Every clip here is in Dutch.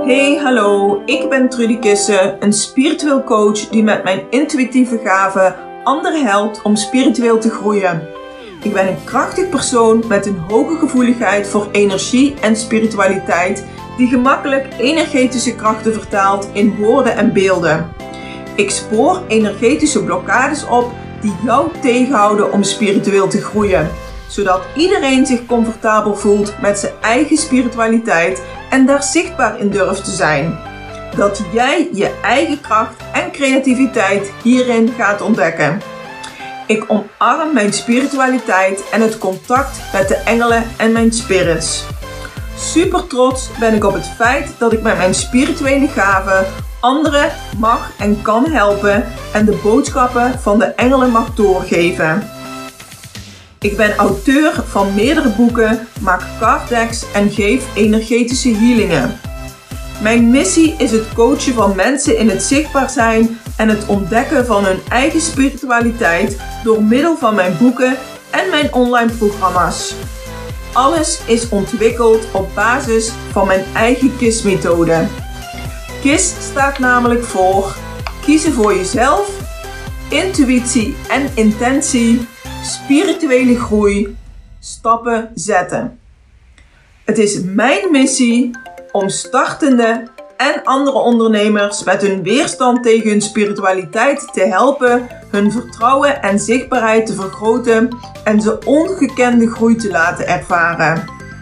Hey, hallo, ik ben Trudy Kissen, een spiritueel coach die met mijn intuïtieve gaven anderen helpt om spiritueel te groeien. Ik ben een krachtig persoon met een hoge gevoeligheid voor energie en spiritualiteit die gemakkelijk energetische krachten vertaalt in woorden en beelden. Ik spoor energetische blokkades op die jou tegenhouden om spiritueel te groeien, zodat iedereen zich comfortabel voelt met zijn eigen spiritualiteit en daar zichtbaar in durft te zijn. Dat jij je eigen kracht en creativiteit hierin gaat ontdekken. Ik omarm mijn spiritualiteit en het contact met de engelen en mijn spirits. Super trots ben ik op het feit dat ik met mijn spirituele gaven anderen mag en kan helpen en de boodschappen van de engelen mag doorgeven. Ik ben auteur van meerdere boeken, maak kaartdecks en geef energetische healingen. Mijn missie is het coachen van mensen in het zichtbaar zijn en het ontdekken van hun eigen spiritualiteit door middel van mijn boeken en mijn online programma's. Alles is ontwikkeld op basis van mijn eigen KISS-methode. KISS staat namelijk voor kiezen voor jezelf, intuïtie en intentie, spirituele groei, stappen zetten. Het is mijn missie om startende en andere ondernemers met hun weerstand tegen hun spiritualiteit te helpen hun vertrouwen en zichtbaarheid te vergroten en ze ongekende groei te laten ervaren.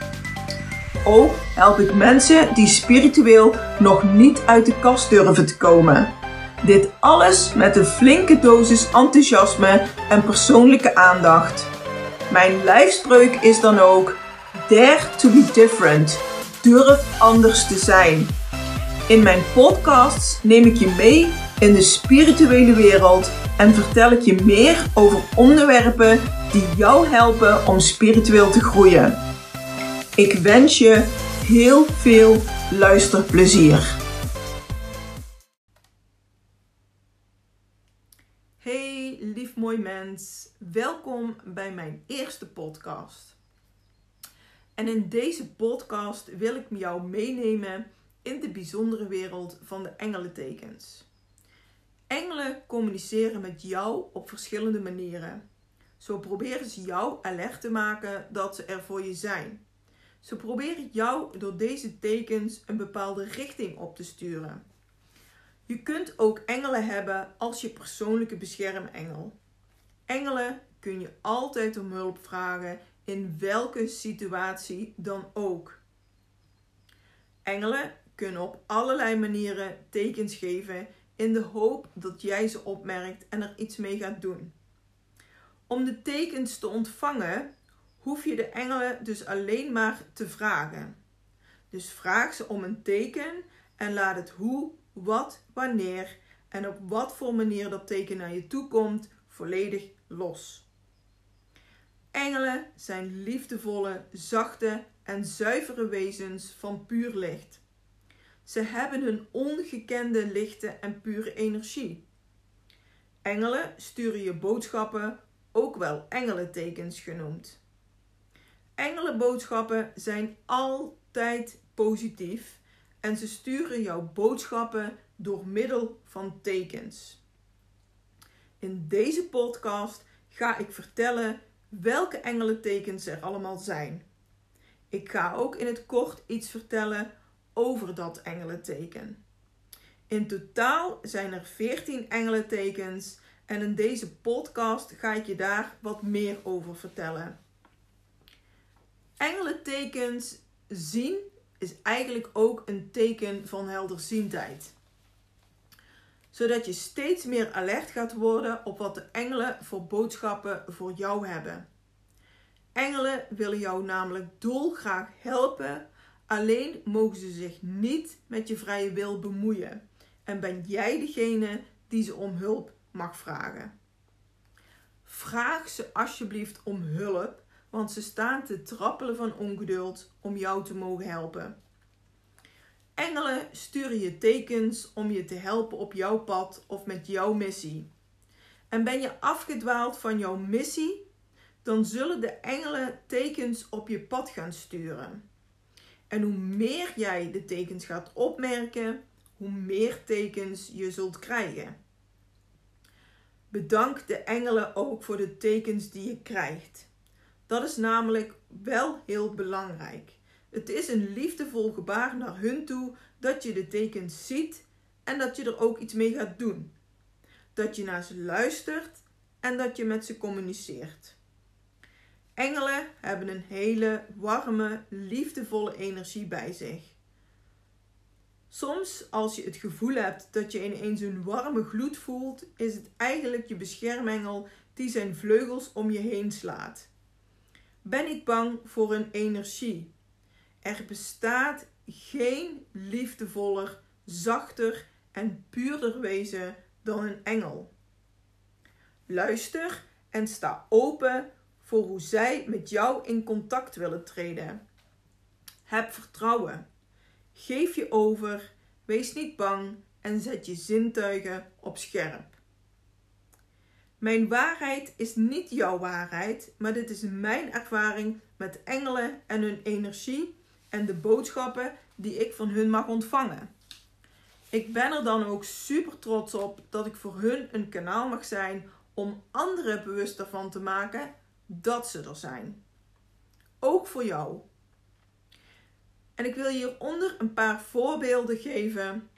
Ook help ik mensen die spiritueel nog niet uit de kast durven te komen. Dit alles met een flinke dosis enthousiasme en persoonlijke aandacht. Mijn lijfspreuk is dan ook: Dare to be different. Durf anders te zijn. In mijn podcasts neem ik je mee in de spirituele wereld en vertel ik je meer over onderwerpen die jou helpen om spiritueel te groeien. Ik wens je heel veel luisterplezier. Hey lief mooi mens, welkom bij mijn eerste podcast. En in deze podcast wil ik jou meenemen in de bijzondere wereld van de engelentekens. Engelen communiceren met jou op verschillende manieren. Zo proberen ze jou alert te maken dat ze er voor je zijn. Ze proberen jou door deze tekens een bepaalde richting op te sturen. Je kunt ook engelen hebben als je persoonlijke beschermengel. Engelen kun je altijd om hulp vragen in welke situatie dan ook. Engelen kunnen op allerlei manieren tekens geven in de hoop dat jij ze opmerkt en er iets mee gaat doen. Om de tekens te ontvangen hoef je de engelen dus alleen maar te vragen. Dus vraag ze om een teken en laat het hoe, wat, wanneer en op wat voor manier dat teken naar je toe komt volledig los. Engelen zijn liefdevolle, zachte en zuivere wezens van puur licht. Ze hebben hun ongekende lichte en pure energie. Engelen sturen je boodschappen, ook wel engelentekens genoemd. Engelenboodschappen zijn altijd positief en ze sturen jouw boodschappen door middel van tekens. In deze podcast ga ik vertellen welke engelentekens er allemaal zijn. Ik ga ook in het kort iets vertellen over dat engelenteken. In totaal zijn er 14 engelentekens en in deze podcast ga ik je daar wat meer over vertellen. Engelentekens zien is eigenlijk ook een teken van helderziendheid. Zodat je steeds meer alert gaat worden op wat de engelen voor boodschappen voor jou hebben. Engelen willen jou namelijk dolgraag helpen, alleen mogen ze zich niet met je vrije wil bemoeien. En ben jij degene die ze om hulp mag vragen. Vraag ze alsjeblieft om hulp, want ze staan te trappelen van ongeduld om jou te mogen helpen. Engelen sturen je tekens om je te helpen op jouw pad of met jouw missie. En ben je afgedwaald van jouw missie, dan zullen de engelen tekens op je pad gaan sturen. En hoe meer jij de tekens gaat opmerken, hoe meer tekens je zult krijgen. Bedank de engelen ook voor de tekens die je krijgt. Dat is namelijk wel heel belangrijk. Het is een liefdevol gebaar naar hun toe dat je de tekens ziet en dat je er ook iets mee gaat doen. Dat je naar ze luistert en dat je met ze communiceert. Engelen hebben een hele warme, liefdevolle energie bij zich. Soms, als je het gevoel hebt dat je ineens een warme gloed voelt, is het eigenlijk je beschermengel die zijn vleugels om je heen slaat. Ben niet bang voor een energie. Er bestaat geen liefdevoller, zachter en puurder wezen dan een engel. Luister en sta open voor hoe zij met jou in contact willen treden. Heb vertrouwen. Geef je over, wees niet bang en zet je zintuigen op scherp. Mijn waarheid is niet jouw waarheid, maar dit is mijn ervaring met engelen en hun energie en de boodschappen die ik van hun mag ontvangen. Ik ben er dan ook super trots op dat ik voor hun een kanaal mag zijn om anderen bewust ervan te maken dat ze er zijn. Ook voor jou. En ik wil hieronder een paar voorbeelden geven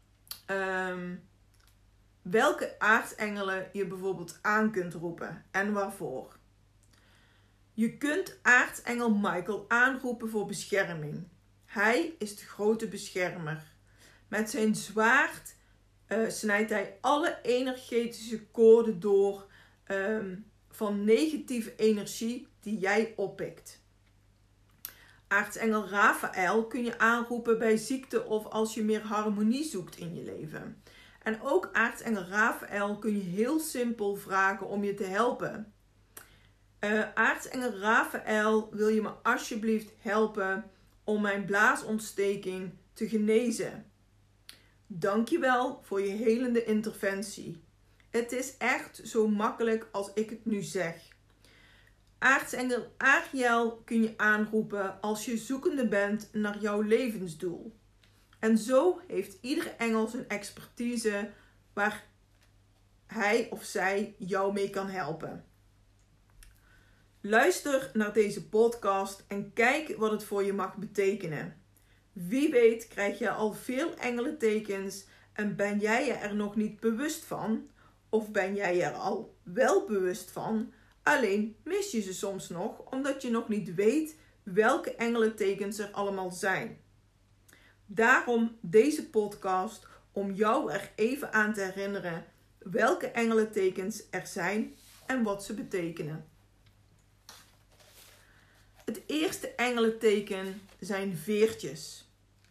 welke aartsengelen je bijvoorbeeld aan kunt roepen en waarvoor. Je kunt aartsengel Michael aanroepen voor bescherming. Hij is de grote beschermer. Met zijn zwaard snijdt hij alle energetische koorden door van negatieve energie die jij oppikt. Aartsengel Raphaël kun je aanroepen bij ziekte of als je meer harmonie zoekt in je leven. En ook aartsengel Raphaël kun je heel simpel vragen om je te helpen. Aartsengel Raphaël, wil je me alsjeblieft helpen om mijn blaasontsteking te genezen? Dankjewel voor je helende interventie. Het is echt zo makkelijk als ik het nu zeg. Aartsengel Ariel kun je aanroepen als je zoekende bent naar jouw levensdoel. En zo heeft iedere engel zijn expertise waar hij of zij jou mee kan helpen. Luister naar deze podcast en kijk wat het voor je mag betekenen. Wie weet krijg je al veel engelentekens en ben jij je er nog niet bewust van? Of ben jij er al wel bewust van, alleen mis je ze soms nog omdat je nog niet weet welke engelentekens er allemaal zijn. Daarom deze podcast om jou er even aan te herinneren welke engelentekens er zijn en wat ze betekenen. Het eerste engelenteken zijn veertjes.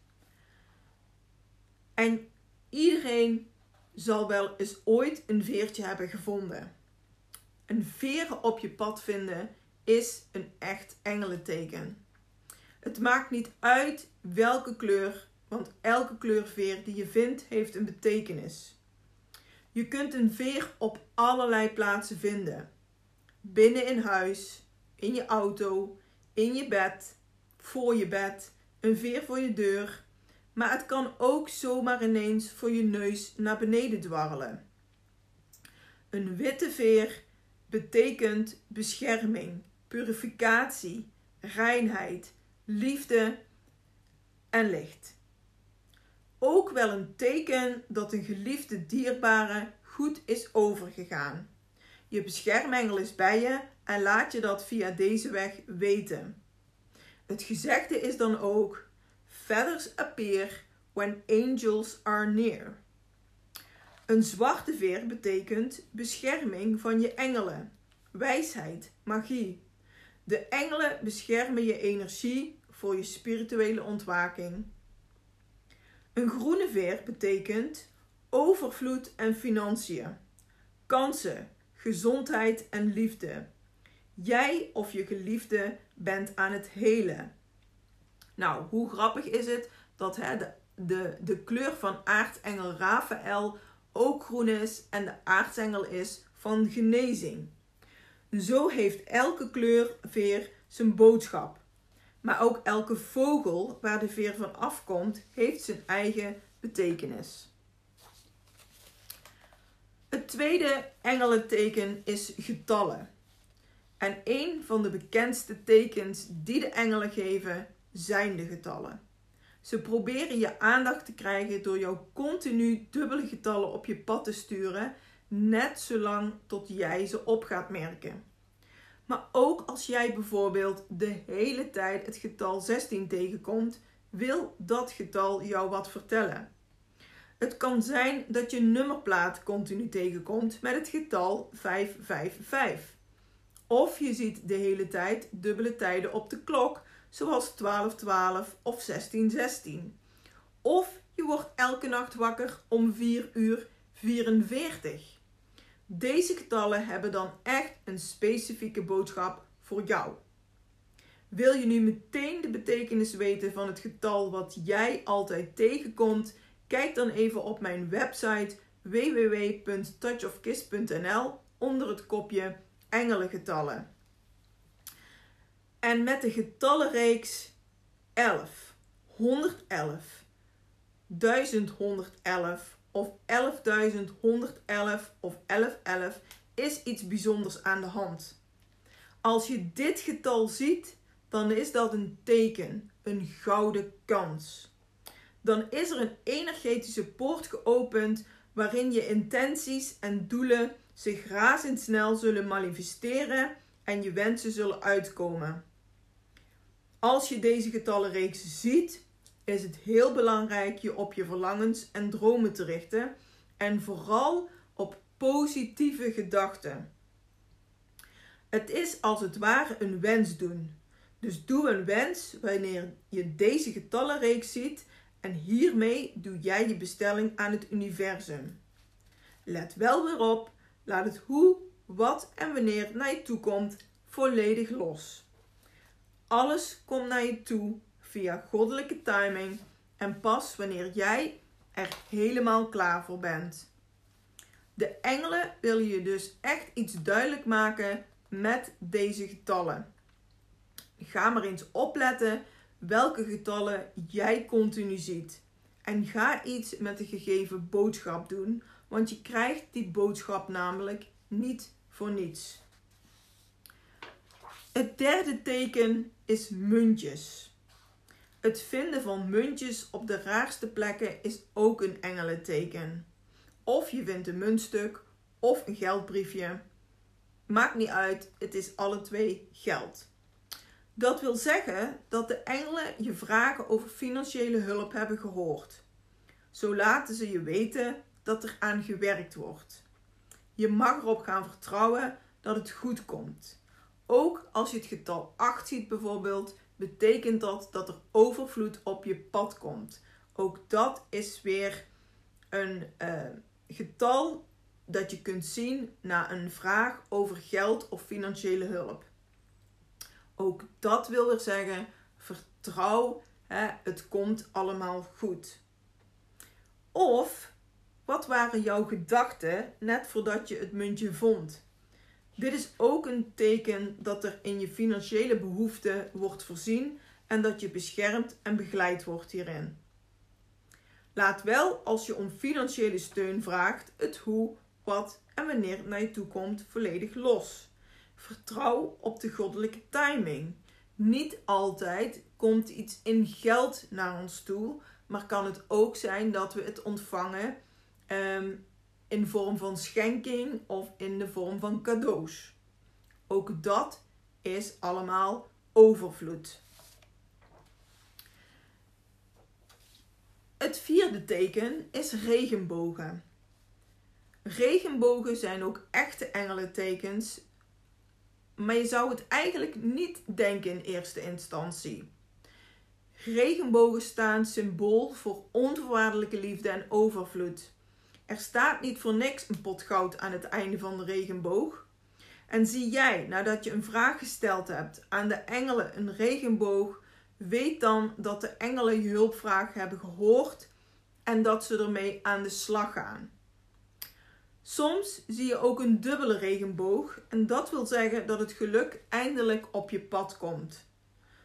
En iedereen zal wel eens ooit een veertje hebben gevonden. Een veren op je pad vinden is een echt engelenteken. Het maakt niet uit welke kleur, want elke kleurveer die je vindt heeft een betekenis. Je kunt een veer op allerlei plaatsen vinden. Binnen in huis, in je auto, in je bed, voor je bed, een veer voor je deur. Maar het kan ook zomaar ineens voor je neus naar beneden dwarrelen. Een witte veer betekent bescherming, purificatie, reinheid, liefde en licht. Ook wel een teken dat een geliefde dierbare goed is overgegaan. Je beschermengel is bij je en laat je dat via deze weg weten. Het gezegde is dan ook: feathers appear when angels are near. Een zwarte veer betekent bescherming van je engelen, wijsheid, magie. De engelen beschermen je energie voor je spirituele ontwaking. Een groene veer betekent overvloed en financiën, kansen, gezondheid en liefde. Jij of je geliefde bent aan het helen. Nou, hoe grappig is het dat de kleur van aartsengel Raphaël ook groen is en de aartsengel is van genezing. Zo heeft elke kleurveer zijn boodschap. Maar ook elke vogel waar de veer van afkomt, heeft zijn eigen betekenis. Het tweede engelenteken is getallen. En een van de bekendste tekens die de engelen geven, zijn de getallen. Ze proberen je aandacht te krijgen door jou continu dubbele getallen op je pad te sturen, net zolang tot jij ze op gaat merken. Maar ook als jij bijvoorbeeld de hele tijd het getal 16 tegenkomt, wil dat getal jou wat vertellen. Het kan zijn dat je nummerplaat continu tegenkomt met het getal 555. Of je ziet de hele tijd dubbele tijden op de klok, zoals 12:12 of 16:16. Of je wordt elke nacht wakker om 4:44. Deze getallen hebben dan echt een specifieke boodschap voor jou. Wil je nu meteen de betekenis weten van het getal wat jij altijd tegenkomt? Kijk dan even op mijn website www.touchofkiss.nl onder het kopje engelengetallen. En met de getallenreeks 11, 111, 1111 of 11.111 of 1111 is iets bijzonders aan de hand. Als je dit getal ziet, dan is dat een teken, een gouden kans. Dan is er een energetische poort geopend waarin je intenties en doelen zich razendsnel zullen manifesteren en je wensen zullen uitkomen. Als je deze getallenreeks ziet, is het heel belangrijk je op je verlangens en dromen te richten en vooral op positieve gedachten. Het is als het ware een wens doen. Dus doe een wens wanneer je deze getallenreeks ziet en hiermee doe jij je bestelling aan het universum. Let wel weer op, laat het hoe, wat en wanneer naar je toe komt volledig los. Alles komt naar je toe via goddelijke timing en pas wanneer jij er helemaal klaar voor bent. De engelen willen je dus echt iets duidelijk maken met deze getallen. Ga maar eens opletten welke getallen jij continu ziet. En ga iets met de gegeven boodschap doen, want je krijgt die boodschap namelijk niet voor niets. Het derde teken is muntjes. Het vinden van muntjes op de raarste plekken is ook een engelenteken. Of je vindt een muntstuk of een geldbriefje. Maakt niet uit, het is alle twee geld. Dat wil zeggen dat de engelen je vragen over financiële hulp hebben gehoord. Zo laten ze je weten dat er aan gewerkt wordt. Je mag erop gaan vertrouwen dat het goed komt. Ook als je het getal 8 ziet bijvoorbeeld, betekent dat er overvloed op je pad komt. Ook dat is weer een getal dat je kunt zien na een vraag over geld of financiële hulp. Ook dat wil weer zeggen, vertrouw, het komt allemaal goed. Of, wat waren jouw gedachten net voordat je het muntje vond? Dit is ook een teken dat er in je financiële behoeften wordt voorzien en dat je beschermd en begeleid wordt hierin. Laat wel, als je om financiële steun vraagt, het hoe, wat en wanneer het naar je toe komt volledig los. Vertrouw op de goddelijke timing. Niet altijd komt iets in geld naar ons toe, maar kan het ook zijn dat we het ontvangen in vorm van schenking of in de vorm van cadeaus. Ook dat is allemaal overvloed. Het vierde teken is regenbogen. Regenbogen zijn ook echte engelentekens, maar je zou het eigenlijk niet denken in eerste instantie. Regenbogen staan symbool voor onvoorwaardelijke liefde en overvloed. Er staat niet voor niks een pot goud aan het einde van de regenboog. En zie jij, nadat je een vraag gesteld hebt aan de engelen een regenboog, weet dan dat de engelen je hulpvraag hebben gehoord en dat ze ermee aan de slag gaan. Soms zie je ook een dubbele regenboog en dat wil zeggen dat het geluk eindelijk op je pad komt.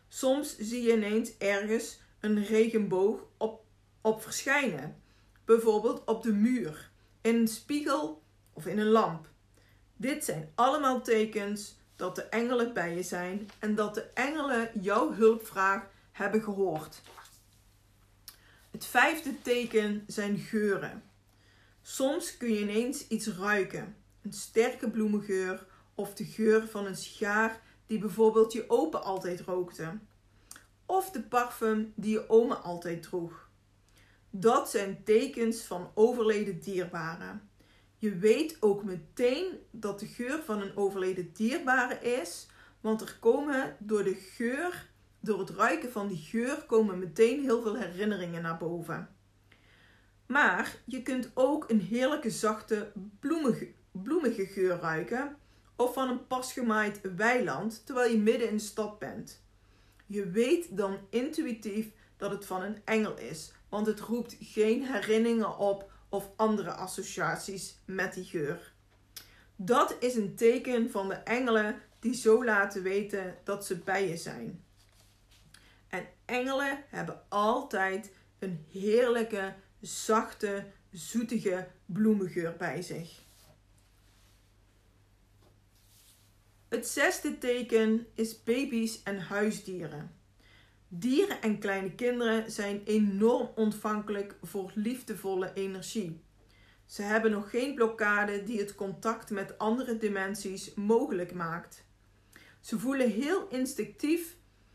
Soms zie je ineens ergens een regenboog op verschijnen. Bijvoorbeeld op de muur, in een spiegel of in een lamp. Dit zijn allemaal tekens dat de engelen bij je zijn en dat de engelen jouw hulpvraag hebben gehoord. Het 5e teken zijn geuren. Soms kun je ineens iets ruiken. Een sterke bloemengeur of de geur van een sigaar die bijvoorbeeld je opa altijd rookte. Of de parfum die je oma altijd droeg. Dat zijn tekens van overleden dierbaren. Je weet ook meteen dat de geur van een overleden dierbare is, want er komen door het ruiken van die geur komen meteen heel veel herinneringen naar boven. Maar je kunt ook een heerlijke zachte bloemige geur ruiken of van een pas gemaaid weiland terwijl je midden in de stad bent. Je weet dan intuïtief dat het van een engel is, want het roept geen herinneringen op of andere associaties met die geur. Dat is een teken van de engelen die zo laten weten dat ze bij je zijn. En engelen hebben altijd een heerlijke, zachte, zoetige bloemengeur bij zich. Het 6e teken is baby's en huisdieren. Dieren en kleine kinderen zijn enorm ontvankelijk voor liefdevolle energie. Ze hebben nog geen blokkade die het contact met andere dimensies mogelijk maakt. Ze voelen heel instinctief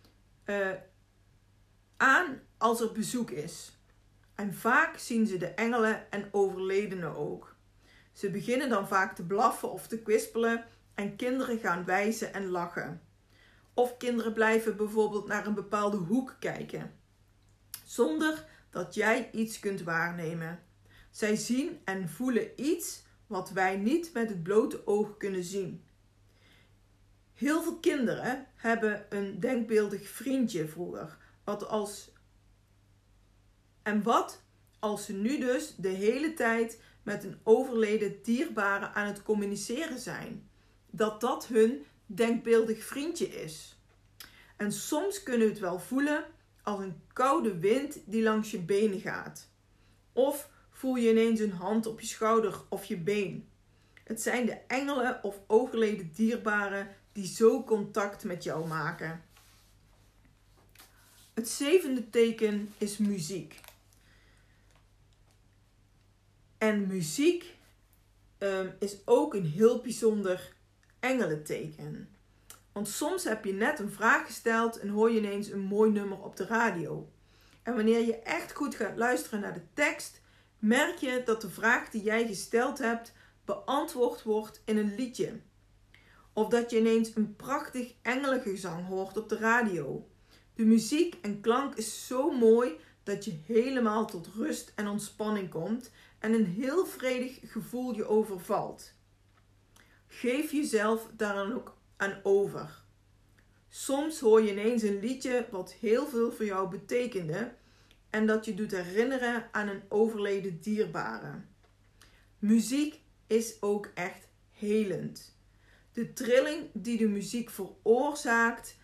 aan als er bezoek is. En vaak zien ze de engelen en overledenen ook. Ze beginnen dan vaak te blaffen of te kwispelen en kinderen gaan wijzen en lachen. Of kinderen blijven bijvoorbeeld naar een bepaalde hoek kijken, zonder dat jij iets kunt waarnemen. Zij zien en voelen iets wat wij niet met het blote oog kunnen zien. Heel veel kinderen hebben een denkbeeldig vriendje vroeger. Wat als ze nu dus de hele tijd met een overleden dierbare aan het communiceren zijn? Dat hun denkbeeldig vriendje is. En soms kunnen we het wel voelen als een koude wind die langs je benen gaat. Of voel je ineens een hand op je schouder of je been. Het zijn de engelen of overleden dierbaren die zo contact met jou maken. Het 7e teken is muziek. En muziek is ook een heel bijzonder engelenteken. Want soms heb je net een vraag gesteld en hoor je ineens een mooi nummer op de radio. En wanneer je echt goed gaat luisteren naar de tekst, merk je dat de vraag die jij gesteld hebt beantwoord wordt in een liedje. Of dat je ineens een prachtig engelengezang hoort op de radio. De muziek en klank is zo mooi dat je helemaal tot rust en ontspanning komt en een heel vredig gevoel je overvalt. Geef jezelf daar dan ook aan over. Soms hoor je ineens een liedje wat heel veel voor jou betekende en dat je doet herinneren aan een overleden dierbare. Muziek is ook echt helend. De trilling die de muziek veroorzaakt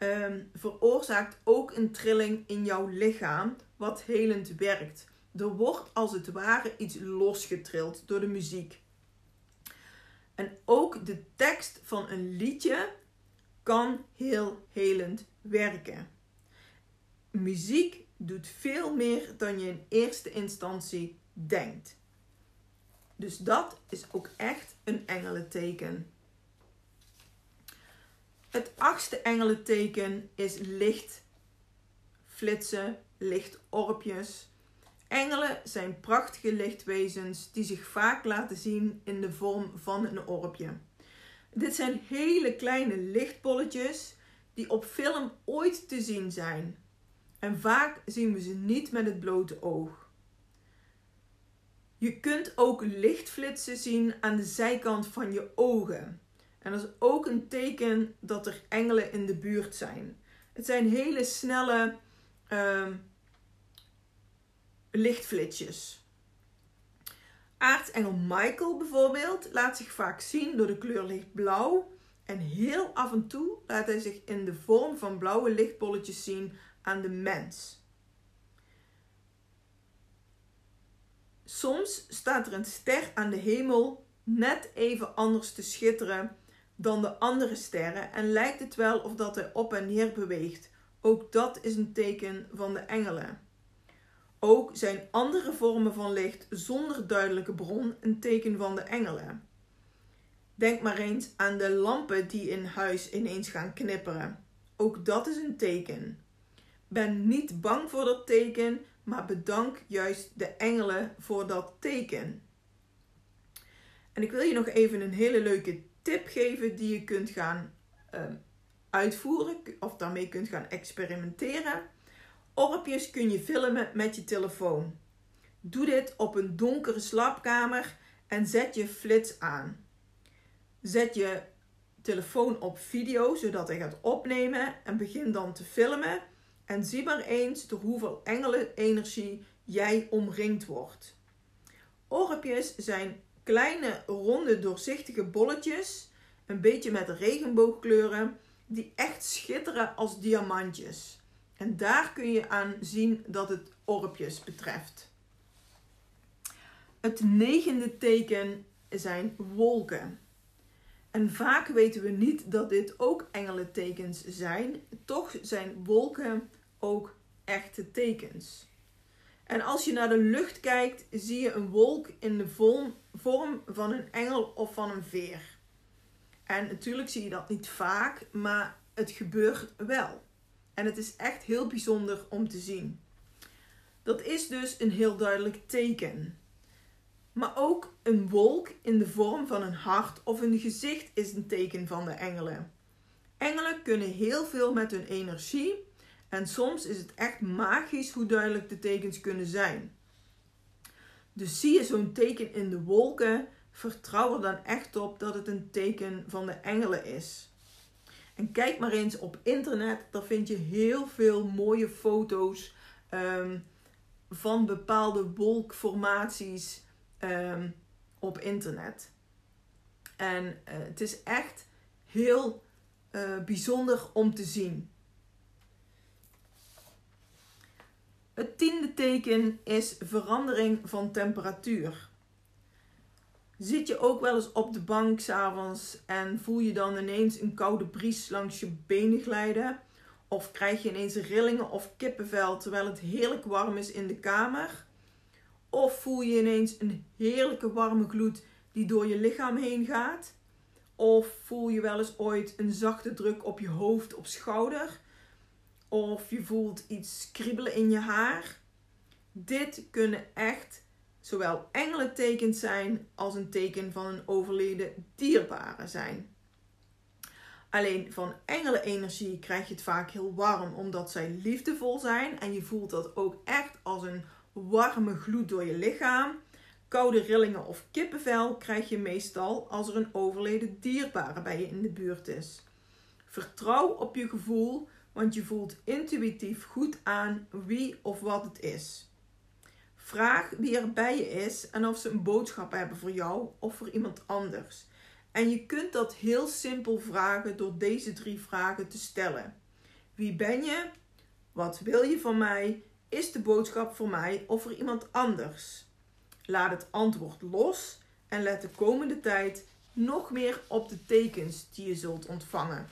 ook een trilling in jouw lichaam wat helend werkt. Er wordt als het ware iets losgetrild door de muziek. En ook de tekst van een liedje kan heel helend werken. Muziek doet veel meer dan je in eerste instantie denkt. Dus dat is ook echt een engelenteken. Het 8e engelenteken is lichtflitsen, lichtorbjes. Engelen zijn prachtige lichtwezens die zich vaak laten zien in de vorm van een orbje. Dit zijn hele kleine lichtbolletjes die op film ooit te zien zijn. En vaak zien we ze niet met het blote oog. Je kunt ook lichtflitsen zien aan de zijkant van je ogen. En dat is ook een teken dat er engelen in de buurt zijn. Het zijn hele snelle lichtflitsjes. Aartsengel Michael bijvoorbeeld laat zich vaak zien door de kleur lichtblauw En heel af en toe laat hij zich in de vorm van blauwe lichtbolletjes zien aan de mens. Soms staat er een ster aan de hemel net even anders te schitteren dan de andere sterren en lijkt het wel of dat hij op en neer beweegt. Ook dat is een teken van de engelen. Ook zijn andere vormen van licht zonder duidelijke bron een teken van de engelen. Denk maar eens aan de lampen die in huis ineens gaan knipperen. Ook dat is een teken. Ben niet bang voor dat teken, maar bedank juist de engelen voor dat teken. En ik wil je nog even een hele leuke tip geven die je kunt gaan uitvoeren of daarmee kunt gaan experimenteren. Orbjes kun je filmen met je telefoon. Doe dit op een donkere slaapkamer en zet je flits aan. Zet je telefoon op video zodat hij gaat opnemen en begin dan te filmen. En zie maar eens door hoeveel engelenenergie jij omringd wordt. Orbjes zijn kleine, ronde, doorzichtige bolletjes, een beetje met regenboogkleuren, die echt schitteren als diamantjes. En daar kun je aan zien dat het orbjes betreft. Het 9e teken zijn wolken. En vaak weten we niet dat dit ook engelentekens zijn. Toch zijn wolken ook echte tekens. En als je naar de lucht kijkt, zie je een wolk in de vorm van een engel of van een veer. En natuurlijk zie je dat niet vaak, maar het gebeurt wel. En het is echt heel bijzonder om te zien. Dat is dus een heel duidelijk teken. Maar ook een wolk in de vorm van een hart of een gezicht is een teken van de engelen. Engelen kunnen heel veel met hun energie en soms is het echt magisch hoe duidelijk de tekens kunnen zijn. Dus zie je zo'n teken in de wolken, vertrouw er dan echt op dat het een teken van de engelen is. En kijk maar eens op internet, daar vind je heel veel mooie foto's van bepaalde wolkformaties op internet. En het is echt heel bijzonder om te zien. Het 10e teken is verandering van temperatuur. Zit je ook wel eens op de bank 's avonds en voel je dan ineens een koude bries langs je benen glijden? Of krijg je ineens rillingen of kippenvel terwijl het heerlijk warm is in de kamer? Of voel je ineens een heerlijke warme gloed die door je lichaam heen gaat? Of voel je wel eens ooit een zachte druk op je hoofd of schouder? Of je voelt iets kriebelen in je haar? Dit kunnen echt zowel engelentekens zijn als een teken van een overleden dierbare zijn. Alleen van engelenenergie krijg je het vaak heel warm omdat zij liefdevol zijn. En je voelt dat ook echt als een warme gloed door je lichaam. Koude rillingen of kippenvel krijg je meestal als er een overleden dierbare bij je in de buurt is. Vertrouw op je gevoel, want je voelt intuïtief goed aan wie of wat het is. Vraag wie er bij je is en of ze een boodschap hebben voor jou of voor iemand anders. En je kunt dat heel simpel vragen door deze 3 vragen te stellen. Wie ben je? Wat wil je van mij? Is de boodschap voor mij of voor iemand anders? Laat het antwoord los en let de komende tijd nog meer op de tekens die je zult ontvangen.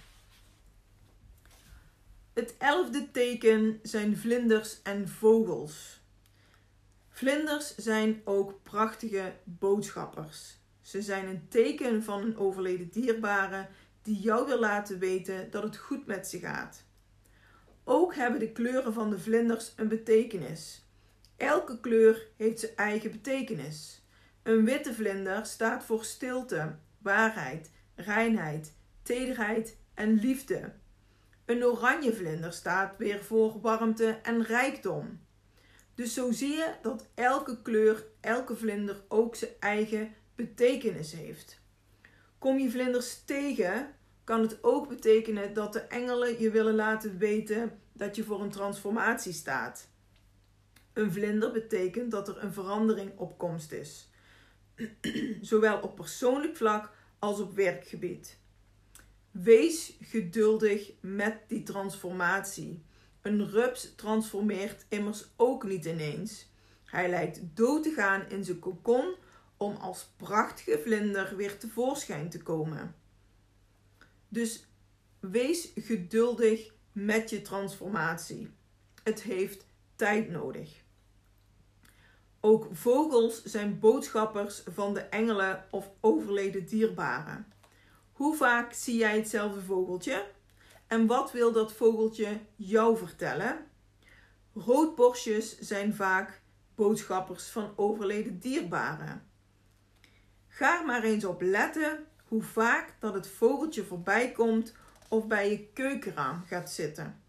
Het 11e teken zijn vlinders en vogels. Vlinders zijn ook prachtige boodschappers. Ze zijn een teken van een overleden dierbare die jou wil laten weten dat het goed met ze gaat. Ook hebben de kleuren van de vlinders een betekenis. Elke kleur heeft zijn eigen betekenis. Een witte vlinder staat voor stilte, waarheid, reinheid, tederheid en liefde. Een oranje vlinder staat weer voor warmte en rijkdom. Dus zo zie je dat elke kleur, elke vlinder ook zijn eigen betekenis heeft. Kom je vlinders tegen, kan het ook betekenen dat de engelen je willen laten weten dat je voor een transformatie staat. Een vlinder betekent dat er een verandering op komst is. Zowel op persoonlijk vlak als op werkgebied. Wees geduldig met die transformatie. Een rups transformeert immers ook niet ineens. Hij lijkt dood te gaan in zijn kokon om als prachtige vlinder weer tevoorschijn te komen. Dus wees geduldig met je transformatie. Het heeft tijd nodig. Ook vogels zijn boodschappers van de engelen of overleden dierbaren. Hoe vaak zie jij hetzelfde vogeltje? En wat wil dat vogeltje jou vertellen? Roodborstjes zijn vaak boodschappers van overleden dierbaren. Ga er maar eens op letten hoe vaak dat het vogeltje voorbij komt of bij je keukenraam gaat zitten.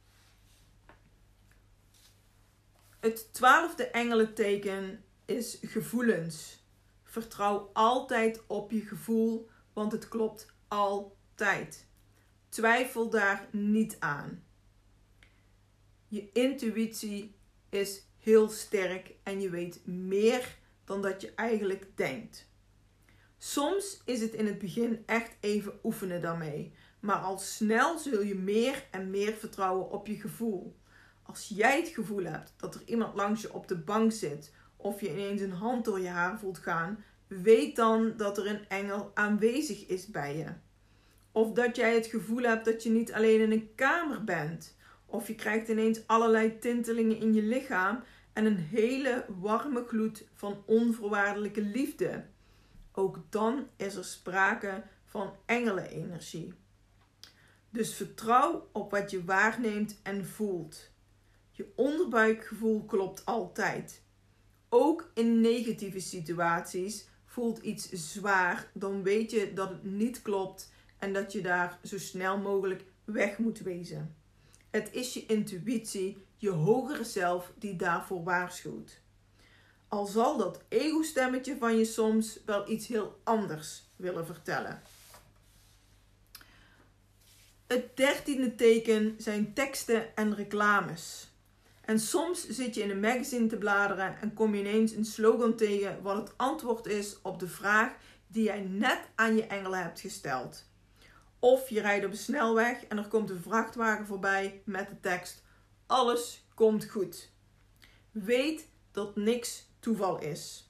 Het 12e engelenteken is gevoelens. Vertrouw altijd op je gevoel, want het klopt altijd. Twijfel daar niet aan. Je intuïtie is heel sterk en je weet meer dan dat je eigenlijk denkt. Soms is het in het begin echt even oefenen daarmee, maar al snel zul je meer en meer vertrouwen op je gevoel. Als jij het gevoel hebt dat er iemand langs je op de bank zit of je ineens een hand door je haar voelt gaan, weet dan dat er een engel aanwezig is bij je. Of dat jij het gevoel hebt dat je niet alleen in een kamer bent. Of je krijgt ineens allerlei tintelingen in je lichaam en een hele warme gloed van onvoorwaardelijke liefde. Ook dan is er sprake van engelenenergie. Dus vertrouw op wat je waarneemt en voelt. Je onderbuikgevoel klopt altijd. Ook in negatieve situaties voelt iets zwaar, dan weet je dat het niet klopt en dat je daar zo snel mogelijk weg moet wezen. Het is je intuïtie, je hogere zelf, die daarvoor waarschuwt. Al zal dat ego-stemmetje van je soms wel iets heel anders willen vertellen. Het 13e teken zijn teksten en reclames. En soms zit je in een magazine te bladeren en kom je ineens een slogan tegen wat het antwoord is op de vraag die jij net aan je engelen hebt gesteld. Of je rijdt op een snelweg en er komt een vrachtwagen voorbij met de tekst: alles komt goed. Weet dat niks toeval is.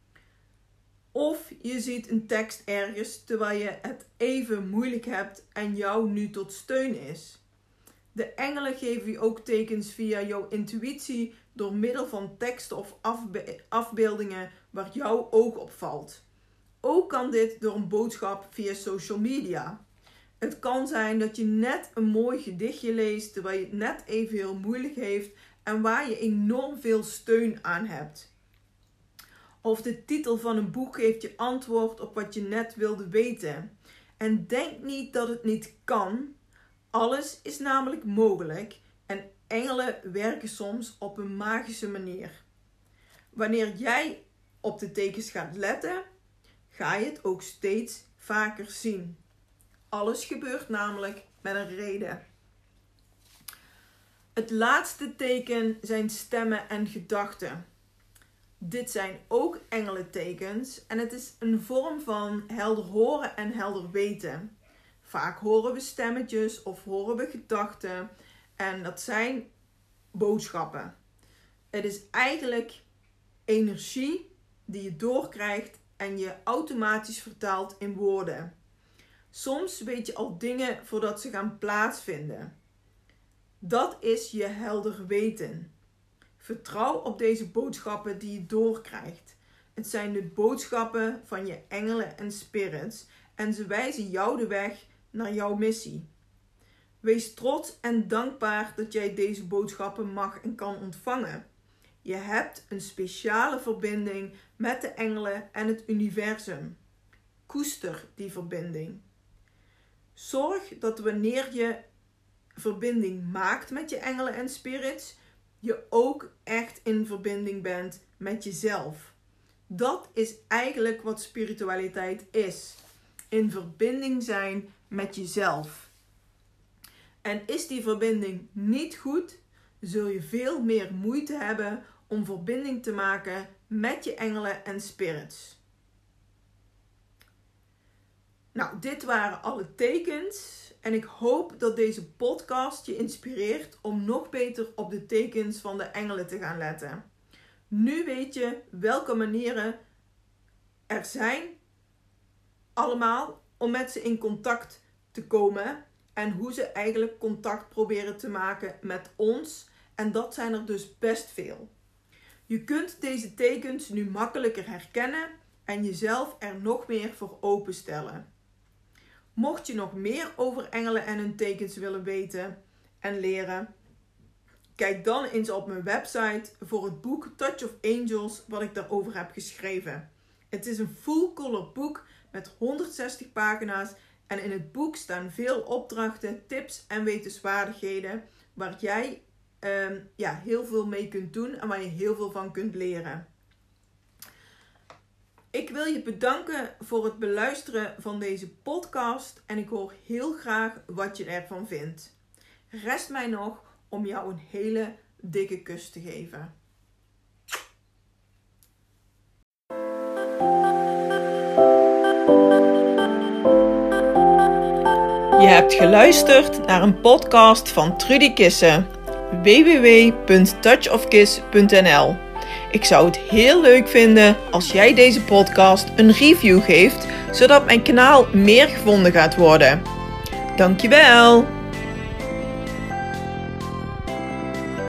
Of je ziet een tekst ergens terwijl je het even moeilijk hebt en jou nu tot steun is. De engelen geven je ook tekens via jouw intuïtie door middel van teksten of afbeeldingen waar jouw oog op valt. Ook kan dit door een boodschap via social media. Het kan zijn dat je net een mooi gedichtje leest terwijl je het net even heel moeilijk heeft en waar je enorm veel steun aan hebt. Of de titel van een boek geeft je antwoord op wat je net wilde weten. En denk niet dat het niet kan. Alles is namelijk mogelijk en engelen werken soms op een magische manier. Wanneer jij op de tekens gaat letten, ga je het ook steeds vaker zien. Alles gebeurt namelijk met een reden. Het laatste teken zijn stemmen en gedachten. Dit zijn ook engelentekens en het is een vorm van helder horen en helder weten. Vaak horen we stemmetjes of horen we gedachten en dat zijn boodschappen. Het is eigenlijk energie die je doorkrijgt en je automatisch vertaalt in woorden. Soms weet je al dingen voordat ze gaan plaatsvinden. Dat is je helder weten. Vertrouw op deze boodschappen die je doorkrijgt. Het zijn de boodschappen van je engelen en spirits en ze wijzen jou de weg naar jouw missie. Wees trots en dankbaar dat jij deze boodschappen mag en kan ontvangen. Je hebt een speciale verbinding met de engelen en het universum. Koester die verbinding. Zorg dat wanneer je verbinding maakt met je engelen en spirits, je ook echt in verbinding bent met jezelf. Dat is eigenlijk wat spiritualiteit is. In verbinding zijn met jezelf. En is die verbinding niet goed, zul je veel meer moeite hebben om verbinding te maken met je engelen en spirits. Nou, dit waren alle tekens. en ik hoop dat deze podcast je inspireert om nog beter op de tekens van de engelen te gaan letten. Nu weet je welke manieren er zijn, allemaal, om met ze in contact te komen en hoe ze eigenlijk contact proberen te maken met ons. En dat zijn er dus best veel. Je kunt deze tekens nu makkelijker herkennen en jezelf er nog meer voor openstellen. Mocht je nog meer over engelen en hun tekens willen weten en leren, kijk dan eens op mijn website voor het boek Touch of Angels wat ik daarover heb geschreven. Het is een full-color boek met 160 pagina's en in het boek staan veel opdrachten, tips en wetenswaardigheden waar jij heel veel mee kunt doen en waar je heel veel van kunt leren. Ik wil je bedanken voor het beluisteren van deze podcast en ik hoor heel graag wat je ervan vindt. Rest mij nog om jou een hele dikke kus te geven. Je hebt geluisterd naar een podcast van Trudy Kissen. www.touchofkiss.nl. Ik zou het heel leuk vinden als jij deze podcast een review geeft, zodat mijn kanaal meer gevonden gaat worden. Dankjewel!